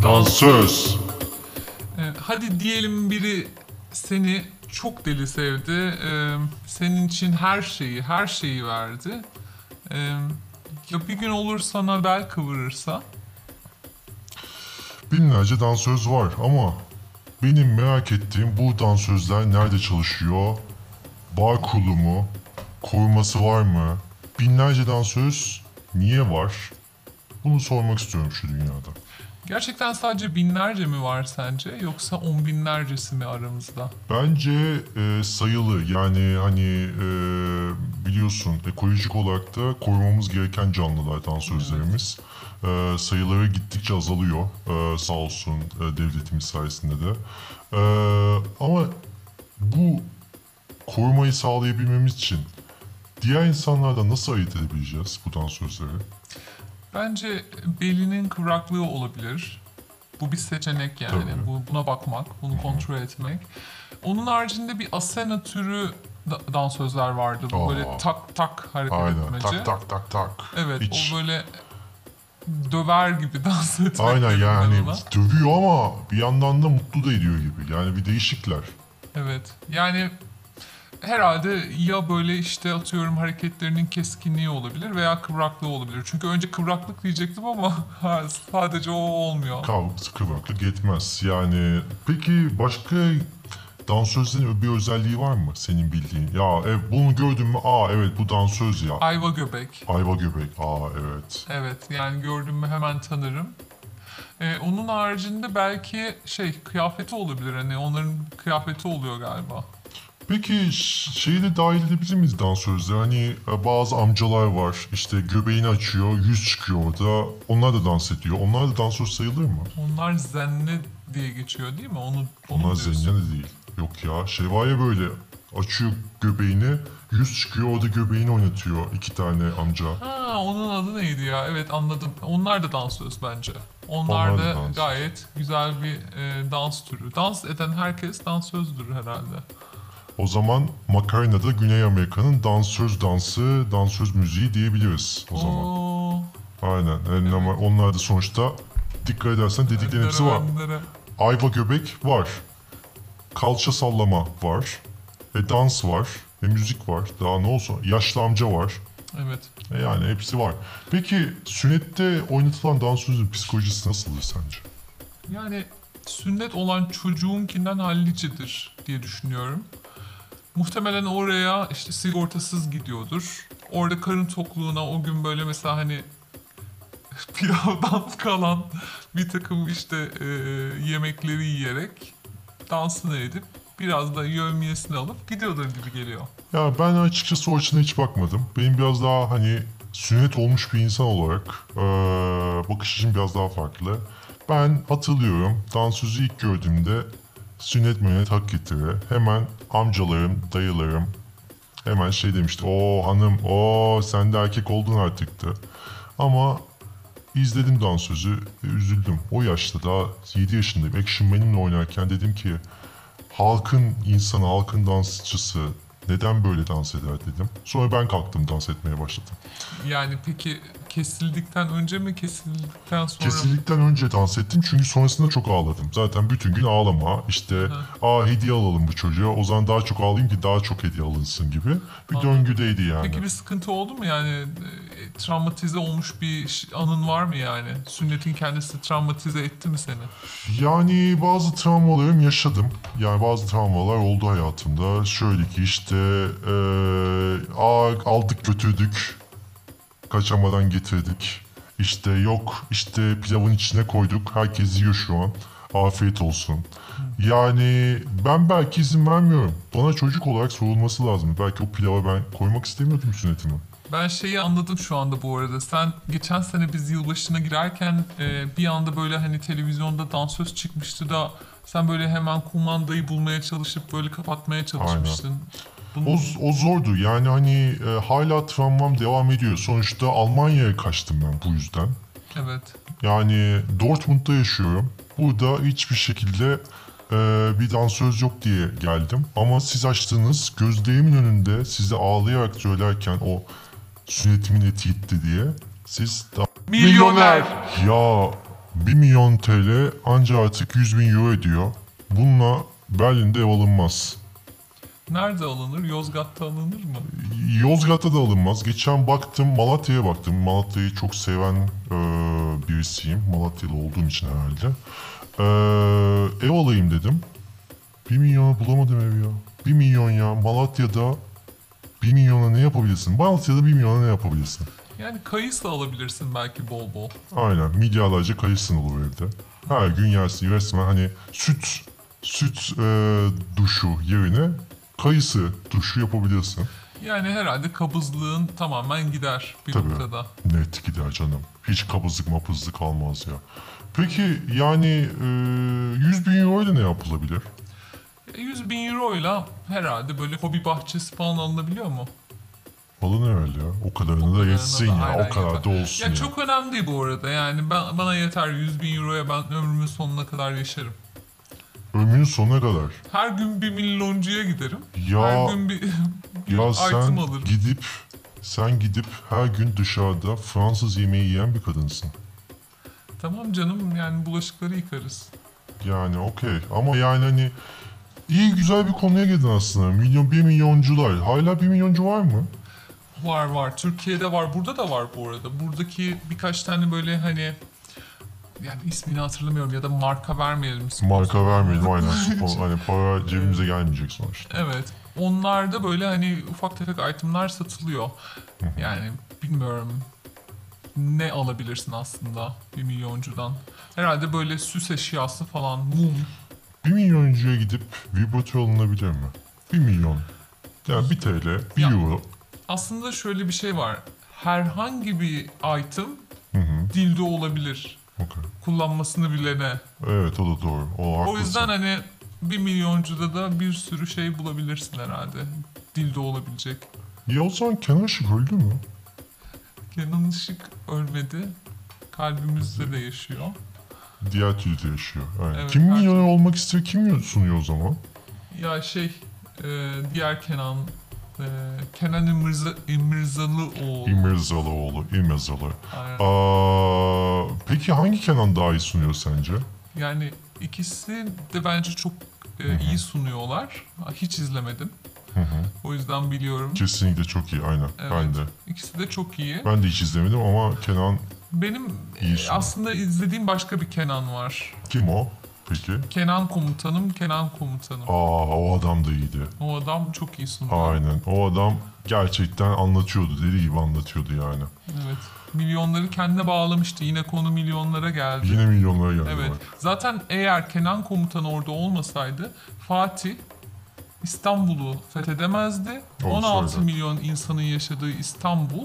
Dansöz. Hadi diyelim biri seni çok deli sevdi. Senin için her şeyi verdi. Ya bir gün olur sana bel kıvırırsa? Binlerce dansöz var ama benim merak ettiğim bu dansözler nerede çalışıyor? Bar kurulu mu? Koruması var mı? Binlerce dansöz niye var? Bunu sormak istiyorum şu dünyada. Gerçekten sadece binlerce mi var sence? Yoksa on binlercesi mi aramızda? Bence sayılı, yani biliyorsun ekolojik olarak da korumamız gereken canlılar dansözlerimiz. Sayıları gittikçe azalıyor, sağ olsun devletimiz sayesinde de. Ama bu korumayı sağlayabilmemiz için diğer insanlardan nasıl ayırt edebileceğiz bu dansözleri? Bence belinin kıvraklığı olabilir. Bu bir seçenek yani. Tabii. Buna bakmak, bunu kontrol etmek. Onun haricinde bir Asena türü dansözler vardı. Bu böyle tak tak hareket Aynen, etmeci. tak tak tak tak. Evet, Hiç. o böyle döver gibi dans etmek. Aynen, dedim yani ben ona. dövüyor ama bir yandan da mutlu da ediyor gibi. Yani bir değişikler. Evet, yani herhalde ya böyle işte atıyorum hareketlerinin keskinliği olabilir veya kıvraklığı olabilir. Çünkü önce kıvraklık diyecektim ama sadece o olmuyor. Kıvraklık yetmez. Yani peki başka dansözlerin bir özelliği var mı senin bildiğin? Ya bunu gördün mü? Evet, bu dansöz ya. Ayva göbek. Ayva göbek. Evet. Evet, yani gördüm mü hemen tanırım. Onun haricinde belki kıyafeti olabilir. Hani onların kıyafeti oluyor galiba. Peki şeyi de dahil edebilir miyiz dansözler? Hani bazı amcalar var, işte göbeğini açıyor, yüz çıkıyor orada. Onlar da dans ediyor. Onlar da dansöz sayılır mı? Onlar zenne diye geçiyor değil mi? Onu Onlar diyorsun. zengin de değil. Yok ya, şey var ya, böyle açıyor göbeğini, yüz çıkıyor, orada göbeğini oynatıyor iki tane amca. Ha, onun adı neydi ya? Evet, anladım. Onlar da dansöz bence. Onlar Onlar da da dansöz. gayet güzel bir dans türü. Dans eden herkes dansözdür herhalde. O zaman Macarina'da Güney Amerika'nın dansöz dansı, dansöz müziği diyebiliriz o zaman. Oo, Aynen. Yani ama onlar da sonuçta dikkat edersen dediklerin hepsi var. Ayva göbek var. Kalça sallama var. Dans var. Müzik var. Daha ne olsun? Yaşlı amca var. Evet. Yani hepsi var. Peki sünnette oynatılan dansözün psikolojisi nasıldır sence? Yani sünnet olan çocuğunkinden hallicedir diye düşünüyorum. Muhtemelen oraya işte sigortasız gidiyordur. Orada karın tokluğuna o gün böyle mesela hani pilavdan kalan bir takım işte yemekleri yiyerek dansını edip biraz da yevmiyesini alıp gidiyordur gibi geliyor. Ya ben açıkçası o açıdan hiç bakmadım. Benim biraz daha sünnet olmuş bir insan olarak bakış açım biraz daha farklı. Ben hatırlıyorum, dansözü ilk gördüğümde sünnet münnet hak getire. Hemen amcalarım, dayılarım hemen demişti. Hanım, sen de erkek oldun artıktı. Ama izledim dansözü, üzüldüm. O yaşta daha 7 yaşındayım. Action Man'imle oynarken dedim ki halkın insanı, halkın dansçısı neden böyle dans eder dedim. Sonra ben kalktım, dans etmeye başladım. Yani peki kesildikten önce mi kesildikten sonra mı? Kesildikten önce dans ettim çünkü sonrasında çok ağladım. Zaten bütün gün ağlama, işte hediye alalım bu çocuğa, o zaman daha çok ağlayayım ki daha çok hediye alınsın gibi bir döngüdeydi yani. Peki bir sıkıntı oldu mu yani travmatize olmuş bir anın var mı yani? Sünnetin kendisi travmatize etti mi seni? Yani bazı travmalarım yaşadım. Yani bazı travmalar oldu hayatımda. Şöyle ki işte aldık götürdük. Kaçamadan getirdik. İşte yok, işte pilavın içine koyduk. Herkes yiyor şu an. Afiyet olsun. Yani ben belki izin vermiyorum. Bana çocuk olarak sorulması lazım. Belki o pilava ben koymak istemiyordum sünnetimi. Ben anladım şu anda bu arada. Sen geçen sene biz yılbaşına girerken bir anda böyle hani televizyonda dansöz çıkmıştı da sen böyle hemen kumandayı bulmaya çalışıp böyle kapatmaya çalışmıştın. O zordu. Yani hala travmam devam ediyor. Sonuçta Almanya'ya kaçtım ben bu yüzden. Evet. Yani Dortmund'da yaşıyorum. Burada hiçbir şekilde bir dansöz yok diye geldim. Ama siz açtığınız gözlerimin önünde size ağlayarak söylerken o sünnetimin eti gitti diye. Siz Milyoner! Ya 1 milyon TL anca artık 100 bin euro ediyor. Bununla Berlin'de ev alınmaz. Nerede alınır? Yozgat'ta alınır mı? Yozgat'ta da alınmaz. Geçen baktım, Malatya'ya baktım. Malatya'yı çok seven birisiyim. Malatyalı olduğum için herhalde. Ev alayım dedim. 1 milyona bulamadım ev ya. 1 milyon ya. Malatya'da 1 milyona ne yapabilirsin? Malatya'da 1 milyona ne yapabilirsin? Yani kayısı alabilirsin belki bol bol. Aynen. Milyarlarca kayısın olur evde. Her gün yersin. Resmen hani süt duşu yerine kayısı duşu yapabilirsin. Yani herhalde kabızlığın tamamen gider bir Tabii. noktada. Net gider canım. Hiç kabızlık mapızlık kalmaz ya. Peki yani 100 bin euro ile ne yapılabilir? 100 bin euro ile herhalde böyle hobi bahçesi falan alınabiliyor mu? Alın herhalde ya. O kadarını da yetsin ya. Aynen O kadar yeter. da olsun ya. Çok önemli değil bu arada. Yani bana yeter 100 bin euroya, ben ömrümün sonuna kadar yaşarım. Ömrünün sonuna kadar. Her gün bir milyoncuya giderim. Ya- Her gün bir Ya item alırım. sen gidip her gün dışarıda Fransız yemeği yiyen bir kadınsın. Tamam canım, yani bulaşıkları yıkarız. Yani okey. Ama yani hani iyi güzel bir konuya girdin aslında. 1 milyoncular. Hala 1 milyoncu var mı? Var. Türkiye'de var. Burada da var bu arada. Buradaki birkaç tane böyle hani, yani ismini hatırlamıyorum ya da marka vermeyelim. Marka vermeyelim aynen. Hani para cebimize gelmeyecek sonuçta. Evet. Onlarda böyle hani ufak tefek itemler satılıyor. Yani bilmiyorum ne alabilirsin aslında 1 milyoncudan. Herhalde böyle süs eşyası falan, mum. 1 milyoncuya gidip vibratör alınabilir mi? 1 milyon. Yani 1 TL, 1 Ya. euro. Aslında şöyle bir şey var. Herhangi bir item dildo olabilir. Okay. Kullanmasını bilene. Evet o da doğru. O O haklısın. yüzden hani 1 milyoncuda da bir sürü şey bulabilirsin herhalde. Dildo olabilecek. Ya o zaman Kenan Işık öldü mü? Kenan Işık ölmedi. Kalbimizde de yaşıyor. Diğer türlü de yaşıyor. Aynen. Evet, Kim her milyoner olmak istiyor, kim sunuyor o zaman? Ya diğer Kenan, Kenan İmirzalıoğlu. İmirzalıoğlu, İmirzalı. Aynen. Peki hangi Kenan daha iyi sunuyor sence? Yani ikisi de bence çok iyi sunuyorlar. Hiç izlemedim. O yüzden biliyorum. Kesinlikle çok iyi, aynen. Evet. Ben de. İkisi de çok iyi. Ben de hiç izlemedim ama Kenan Benim İyi sunuyor. aslında izlediğim başka bir Kenan var. kim o? Peki. Kenan Komutanım. O adam da iyiydi. O adam çok iyi sunuyor. Aynen. O adam gerçekten anlatıyordu. Deli gibi anlatıyordu yani. Evet. Milyonları kendine bağlamıştı. Yine konu milyonlara geldi. Yine milyonlara geldi Evet. bak. Zaten eğer Kenan Komutan orada olmasaydı Fatih İstanbul'u fethedemezdi. Doğru 16 söyle. milyon insanın yaşadığı İstanbul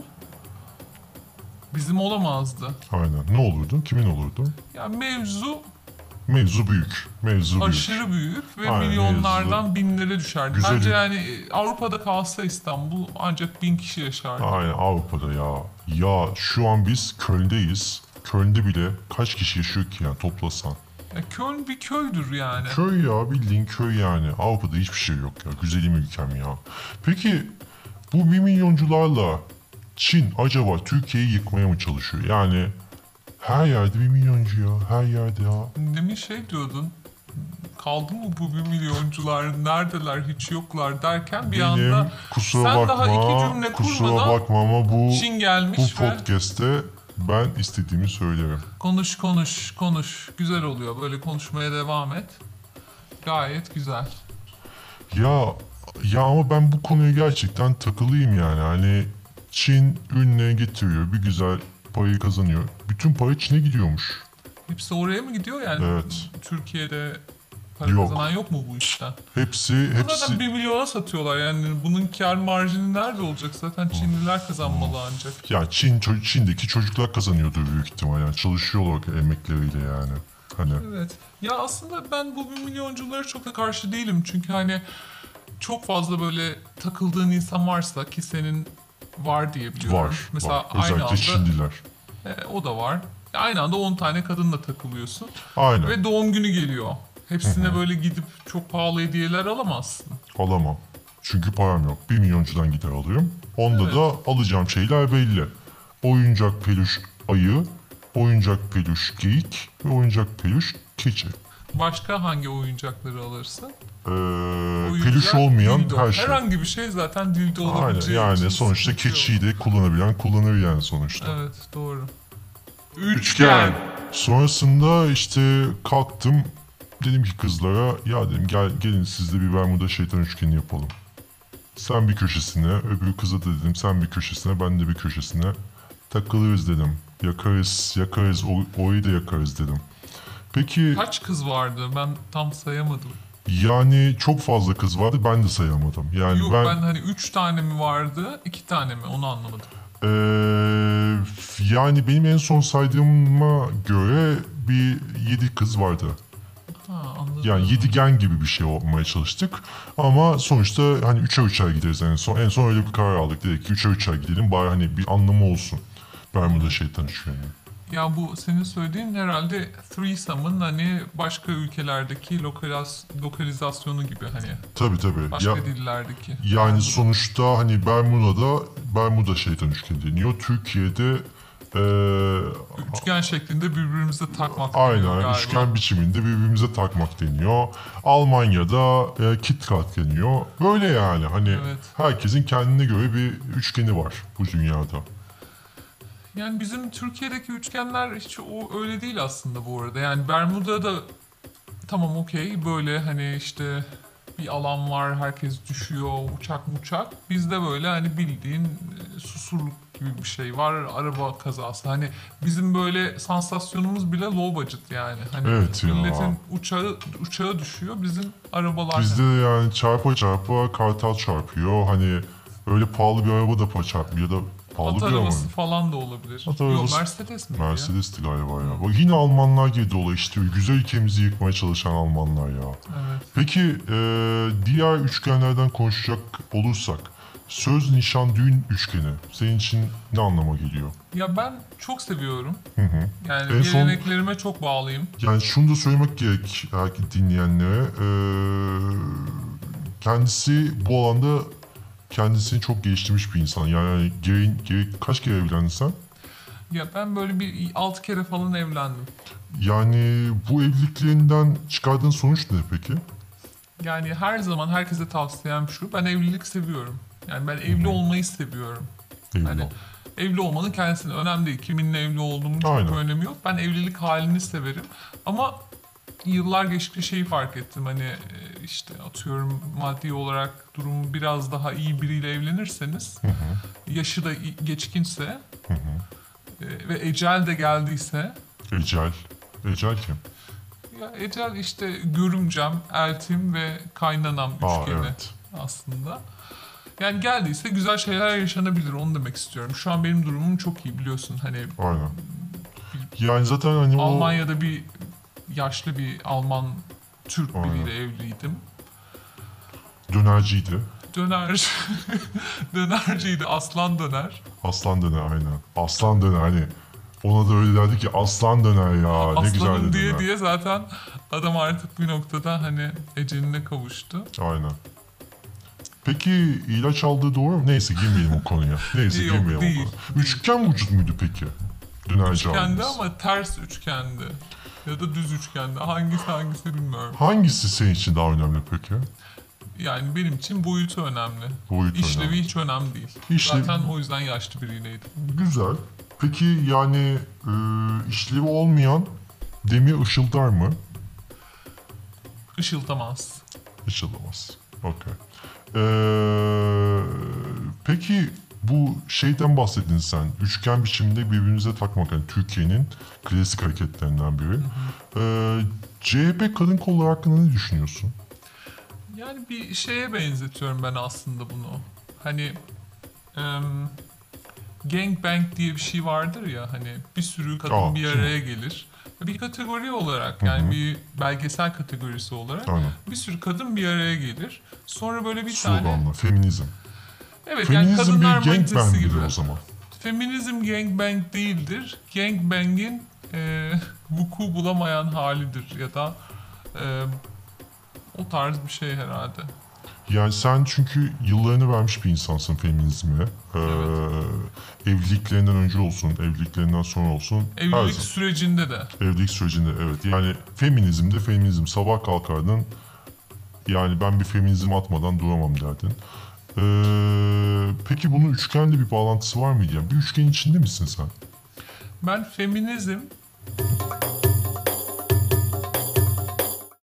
bizim olamazdı. Aynen. Ne olurdu? Kimin olurdu? Ya mevzu Mevzu büyük. Mevzu büyük. aşırı büyük ve Aynen, milyonlardan binlere düşerdi. Güzel. Bence yani Avrupa'da kalsa İstanbul ancak 1000 kişi yaşardı. Aynen Avrupa'da ya. Ya şu an biz Köln'deyiz. Köln'de bile kaç kişi yaşıyor ki yani toplasan? Ya Köln bir köydür yani. Köy ya, bildiğin köy yani. Avrupa'da hiçbir şey yok ya. Güzelim ülkem ya. Peki bu 1 milyoncularla Çin acaba Türkiye'yi yıkmaya mı çalışıyor? Yani her yerde 1 milyoncu ya. Her yerde ya. Demin şey diyordun. Kaldı mı bu 1 milyoncular? Neredeler? Hiç yoklar derken bir Benim anda kusura sen bakma, daha iki cümle kusura kurmadan bakma ama bu Çin gelmiş ve podcast'te ben istediğimi söylerim. konuş. Güzel oluyor. Böyle konuşmaya devam et. Gayet güzel. Ya ama ben bu konuya gerçekten takılıyım yani. Hani Çin ününe getiriyor, bir güzel parayı kazanıyor. Bütün para Çin'e gidiyormuş. Hepsi oraya mı gidiyor yani? Evet. Türkiye'de para Yok. kazanan yok mu bu işten? Hepsi Zaten 1 milyona satıyorlar yani bunun kar marjini nerede olacak? Zaten Çinliler kazanmalı ancak. ya Çin'deki çocuklar kazanıyordur büyük ihtimal yani çalışıyorlar emekleriyle yani. Hani Evet. Ya aslında ben bu 1 milyonculara çok da karşı değilim. Çünkü hani çok fazla böyle takıldığın insan varsa, ki senin var diye biliyorum. var. Mesela var. aynı Özellikle anda Çinliler. o da var. Aynı anda 10 tane kadınla takılıyorsun. Aynen. Ve doğum günü geliyor. Hepsine böyle gidip çok pahalı hediyeler alamazsın. Alamam. Çünkü param yok. 1 milyoncudan gider alıyorum. Onda Evet. da alacağım şeyler belli. Oyuncak peluş ayı, oyuncak peluş geyik ve oyuncak peluş keçi. Başka hangi oyuncakları alırsın? Peluş olmayan dildo. her şey. Herhangi bir şey zaten dildo Aynen, olabileceği yani için sonuçta sıkıntı yok. keçiyi de kullanabilen kullanır yani sonuçta. Evet, doğru. Sonrasında işte kalktım. Dedim ki kızlara, ya dedim gelin siz de bir Bermuda şeytan üçgeni yapalım. Sen bir köşesine, öbür kıza da dedim sen bir köşesine, ben de bir köşesine takılırız dedim. Yakarız, orayı da yakarız dedim. Peki Kaç kız vardı? Ben tam sayamadım. yani çok fazla kız vardı, ben de sayamadım. Yani Yok ben hani 3 tane mi vardı, 2 tane mi? Onu anlamadım. Ee, yani benim en son saydığıma göre bir 7 kız vardı. Ha, anladım. Yani 7 gen gibi bir şey olmaya çalıştık. Ama sonuçta hani 3'er gideriz en son öyle bir karar aldık. Dedik ki 3'er gidelim bari hani bir anlamı olsun. Bermuda şeytan üçgeni. Ya bu senin söylediğin herhalde threesome'ın hani başka ülkelerdeki lokalizasyonu gibi hani Tabii. başka dillerdeki. Yani sonuçta hani Bermuda şeytan üçgeni deniyor. Türkiye'de Üçgen şeklinde birbirimize takmak deniyor aynen galiba. üçgen biçiminde birbirimize takmak deniyor. Almanya'da Kit Kat deniyor. Böyle yani hani Evet. herkesin kendine göre bir üçgeni var bu dünyada. Yani bizim Türkiye'deki üçgenler hiç öyle değil aslında bu arada. Yani Bermuda'da tamam okey böyle hani işte bir alan var herkes düşüyor uçak. Bizde böyle hani bildiğin susurluk gibi bir şey var araba kazası. Hani bizim böyle sansasyonumuz bile low budget yani. Hani Evet ya. milletin uçağı düşüyor bizim arabalar. Bizde de yani çarpa kartal çarpıyor. Hani öyle pahalı bir araba da çarpmıyor ya da pahalı At bir araba arabası mı? falan da olabilir. At Yok arabası- Mercedes mi? Ya? Mercedes'ti galiba ya. Bak yine Almanlar girdi olay işte. Güzel ülkemizi yıkmaya çalışan Almanlar ya. Evet. Peki diğer üçgenlerden konuşacak olursak söz, nişan, düğün üçgeni senin için ne anlama geliyor? Ya ben çok seviyorum. Hı hı. Yani En son- geleneklerime çok bağlıyım. Yani şunu da söylemek gerek dinleyenlere. Kendisi bu alanda kendisini çok geliştirmiş bir insan. Yani kaç kere evlendin sen? Ya ben böyle bir 6 kere falan evlendim. Yani bu evliliklerinden çıkardığın sonuç ne peki? Yani her zaman herkese tavsiyem şu. Ben evlilik seviyorum. Yani ben evli olmayı seviyorum. Eyvallah. Hani evli olmanın kendisine önemli değil. Kiminle evli olduğumun çok Aynen. bir önemi yok. Ben evlilik halini severim. Ama yıllar geçtikçe şeyi fark ettim. Hani işte atıyorum maddi olarak durumu biraz daha iyi biriyle evlenirseniz yaşı da geçkinse ve ecel de geldiyse Ecel. Ecel kim? ya ecel işte görümcem, eltim ve kaynanam üçgeni Evet. aslında. Yani geldiyse güzel şeyler yaşanabilir onu demek istiyorum. Şu an benim durumum çok iyi biliyorsun. Hani Aynen. Yani zaten hani Almanya'da bir yaşlı bir Alman Türk Aynen. biriyle evliydim. o dönerciydi. Dönerciydi, aslan döner. Aslan döner aynen. Aslan döner hani ona da öyle derdi ki aslan döner ya ne güzel Aslanım de diye döner. diye zaten adam artık bir noktada hani eceline kavuştu. Aynen. Peki ilaç aldığı doğru mu? Neyse girmeyelim o konuya. Neyse Yok, girmeyelim değil. o konuya. Üçgen vücut muydu peki? Dönerci Üçgendi abimiz. ama ters üçgendi. Ya da düz üçgendi. Hangisi bilmiyorum. Hangisi senin için daha önemli peki? Yani benim için boyutu önemli. Boyut İşlevi önemli. hiç önemli değil. İşlevi- Zaten o yüzden yaşlı biriyleydim. Güzel. Peki yani işlevi olmayan demir ışıldar mı? Işıltamaz. Işıldamaz. Okey. Peki bu şeyden bahsettin sen. Üçgen biçimde birbirinize takmak. Yani Türkiye'nin klasik hareketlerinden biri. CHP kadın kolları hakkında ne düşünüyorsun? Yani bir şeye benzetiyorum ben aslında bunu. Hani gangbang diye bir şey vardır ya hani bir sürü kadın bir şimdi- araya gelir. Bir kategori olarak yani bir belgesel kategorisi olarak Aynen. bir sürü kadın bir araya gelir. Sonra böyle bir tane Sloganla, feminizm. evet yani Feminizm bir kadınlar gangbang manitesi gibi. o zaman. Feminizm gangbang değildir. Gangbang'in vuku bulamayan halidir ya da o tarz bir şey herhalde. Yani sen çünkü yıllarını vermiş bir insansın feminizme. Evliliklerinden önce olsun, evliliklerinden sonra olsun. her Evlilik zaman. sürecinde de. Evlilik sürecinde evet. Yani feminizm de feminizm. Sabah kalkardın. Yani ben bir feminizm atmadan duramam derdin. Peki bunun üçgenle bir bağlantısı var mıydı? Yani bir üçgenin içinde misin sen? Ben feminizm